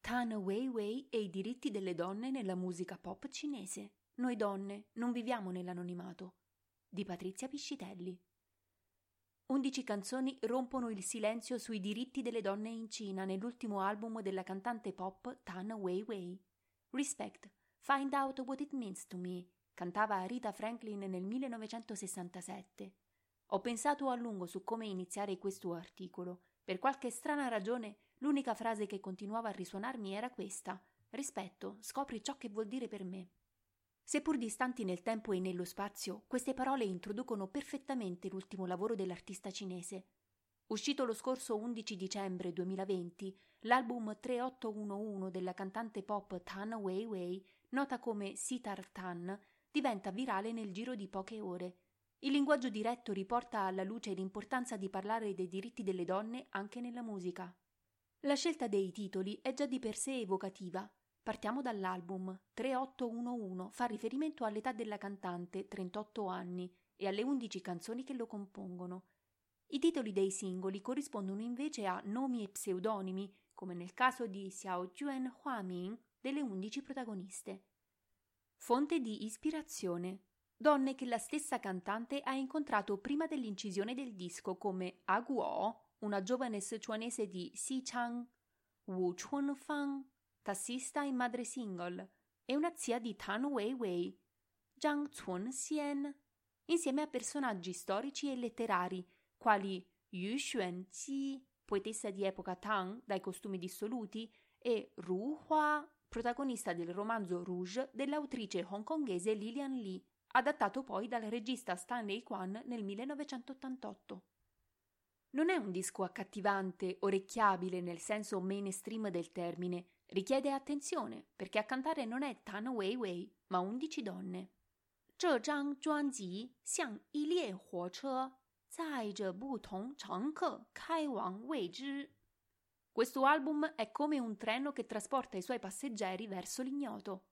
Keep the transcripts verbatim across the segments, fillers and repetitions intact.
Tan Weiwei e i diritti delle donne nella musica pop cinese. Noi donne non viviamo nell'anonimato. Di Patrizia Piscitelli. Undici canzoni rompono il silenzio sui diritti delle donne in Cina nell'ultimo album della cantante pop Tan Weiwei. Respect, Find Out What It Means to Me, cantava Rita Franklin nel millenovecentosessantasette. Ho pensato a lungo su come iniziare questo articolo. Per qualche strana ragione, l'unica frase che continuava a risuonarmi era questa: rispetto, scopri ciò che vuol dire per me. Seppur distanti nel tempo e nello spazio, queste parole introducono perfettamente l'ultimo lavoro dell'artista cinese. Uscito lo scorso undici dicembre duemilaventi, l'album trentotto undici della cantante pop Tan Weiwei, nota come Sitar Tan, diventa virale nel giro di poche ore. Il linguaggio diretto riporta alla luce l'importanza di parlare dei diritti delle donne anche nella musica. La scelta dei titoli è già di per sé evocativa. Partiamo dall'album. trentotto undici fa riferimento all'età della cantante, trentotto anni, e alle undici canzoni che lo compongono. I titoli dei singoli corrispondono invece a nomi e pseudonimi, come nel caso di Xiao Juan Huaming, delle undici protagoniste. Fonte di ispirazione: donne che la stessa cantante ha incontrato prima dell'incisione del disco, come A Guo, una giovane sichuanese di Xichang, Wu Chunfang, tassista e madre single, e una zia di Tan Weiwei, Zhang Chunxian, insieme a personaggi storici e letterari quali Yu Xuanqi, poetessa di epoca Tang dai costumi dissoluti, e Ru Hua, protagonista del romanzo Rouge dell'autrice hongkongese Lilian Li, adattato poi dal regista Stanley Kwan nel millenovecentottantotto. Non è un disco accattivante, orecchiabile nel senso mainstream del termine, richiede attenzione, perché a cantare non è Tan Weiwei, ma undici donne. 这张专辑像一列火车，载着不同乘客开往未知。 Questo album è come un treno che trasporta i suoi passeggeri verso l'ignoto.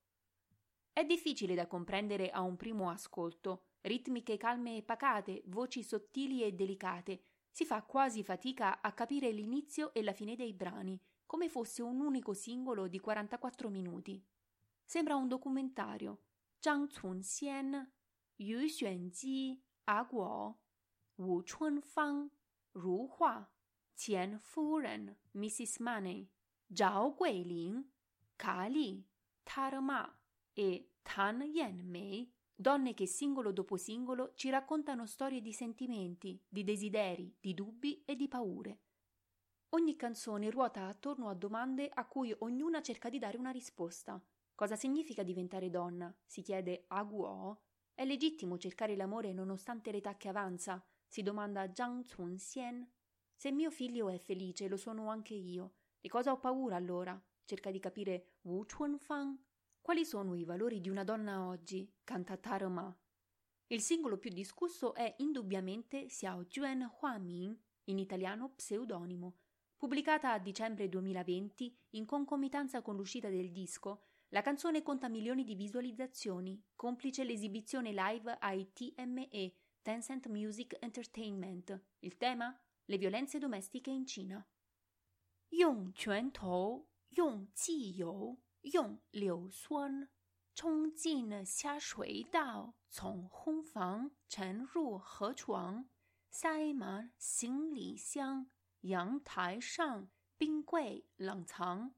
È difficile da comprendere a un primo ascolto, ritmiche calme e pacate, voci sottili e delicate. Si fa quasi fatica a capire l'inizio e la fine dei brani, come fosse un unico singolo di quarantaquattro minuti. Sembra un documentario. Zhang Chunxian, Yu Xuanqi, A Guo, Wu Chunfang, Ru Hua, Qian Furen, missus Money, Zhao Guilin, Ka Li, Tara Ma e Tan Yanmei, donne che singolo dopo singolo ci raccontano storie di sentimenti, di desideri, di dubbi e di paure. Ogni canzone ruota attorno a domande a cui ognuna cerca di dare una risposta. Cosa significa diventare donna? Si chiede A Guo. È legittimo cercare l'amore nonostante l'età che avanza? Si domanda Zhang Chunxian. Se mio figlio è felice, lo sono anche io. Di cosa ho paura allora? Cerca di capire Wu Chunfang. Quali sono i valori di una donna oggi? Canta Tara Ma. Il singolo più discusso è indubbiamente Xiao Juan Huaming, in italiano pseudonimo. Pubblicata a dicembre duemilaventi, in concomitanza con l'uscita del disco, la canzone conta milioni di visualizzazioni, complice l'esibizione live ai T M E, Tencent Music Entertainment. Il tema? Le violenze domestiche in Cina. 用拳头，用汽油，用硫酸，冲进下水道，从烘房沉入河床，塞满行李箱，阳台上冰柜冷藏。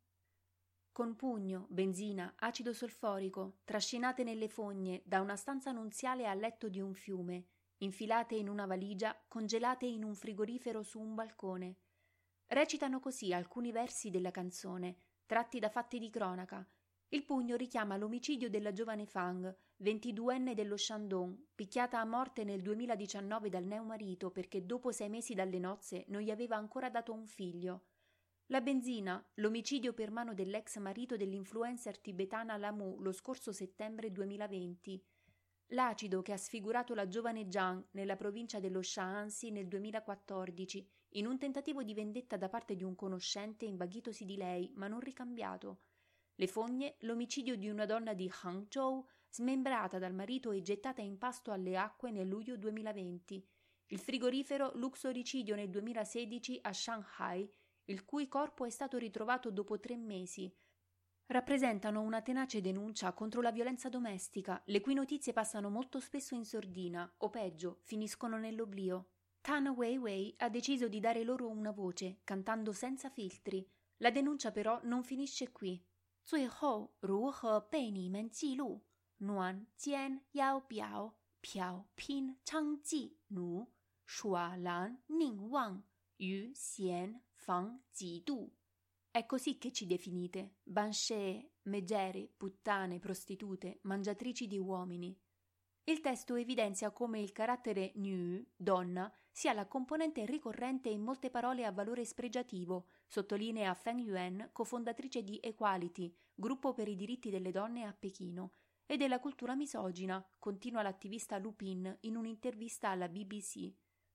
Con pugno, benzina, acido solforico, trascinate nelle fogne da una stanza nunziale al letto di un fiume, infilate in una valigia, congelate in un frigorifero su un balcone. Recitano così alcuni versi della canzone, tratti da fatti di cronaca. Il pugno richiama l'omicidio della giovane Fang, ventiduenne dello Shandong, picchiata a morte nel duemiladiciannove dal neomarito perché dopo sei mesi dalle nozze non gli aveva ancora dato un figlio. La benzina, l'omicidio per mano dell'ex marito dell'influencer tibetana Lamu lo scorso settembre duemilaventi. L'acido che ha sfigurato la giovane Zhang nella provincia dello Shaanxi nel duemilaquattordici, in un tentativo di vendetta da parte di un conoscente invaghitosi di lei, ma non ricambiato. Le fogne, l'omicidio di una donna di Hangzhou, smembrata dal marito e gettata in pasto alle acque nel luglio duemilaventi. Il frigorifero, luxoricidio nel duemilasedici a Shanghai. il cui corpo è stato ritrovato dopo tre mesi, rappresentano una tenace denuncia contro la violenza domestica, le cui notizie passano molto spesso in sordina, o peggio, finiscono nell'oblio. Tan Weiwei ha deciso di dare loro una voce, cantando senza filtri. La denuncia però non finisce qui. 最后如何被你们记录？暖尖腰表，飘拼昌记奴，耍蓝宁望，于贤防几度。 È così che ci definite, banshee, megere, puttane, prostitute, mangiatrici di uomini. Il testo evidenzia come il carattere nu, donna, sia la componente ricorrente in molte parole a valore spregiativo, sottolinea Feng Yuan, cofondatrice di Equality, gruppo per i diritti delle donne a Pechino, e della cultura misogina, continua l'attivista Lupin in un'intervista alla B B C.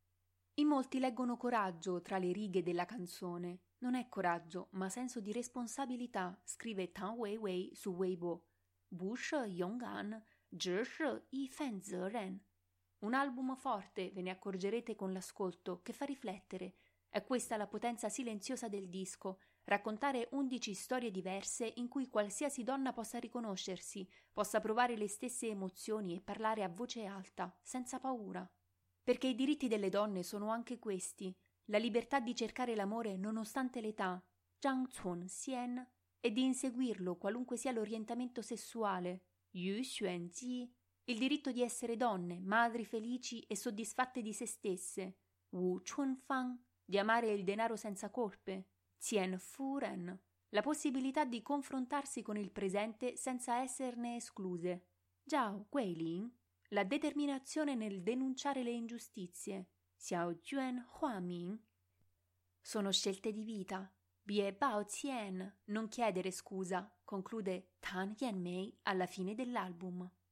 In molti leggono coraggio tra le righe della canzone. Non è coraggio, ma senso di responsabilità, scrive Tan Weiwei su Weibo. 不是勇敢 只是一份责任. Un album forte, ve ne accorgerete con l'ascolto, che fa riflettere. È questa la potenza silenziosa del disco, raccontare undici storie diverse in cui qualsiasi donna possa riconoscersi, possa provare le stesse emozioni e parlare a voce alta, senza paura. Perché i diritti delle donne sono anche questi, la libertà di cercare l'amore nonostante l'età, Zhang Cun Xian, e di inseguirlo qualunque sia l'orientamento sessuale, Yu Xuanji, il diritto di essere donne, madri felici e soddisfatte di se stesse, Wu Chunfang, di amare il denaro senza colpe, Qian Furen, la possibilità di confrontarsi con il presente senza esserne escluse, Zhao Guilin, la determinazione nel denunciare le ingiustizie, Xiao Juan Huaming. Sono scelte di vita. Bie Bao Qian, non chiedere scusa, conclude Tan Yanmei alla fine dell'album.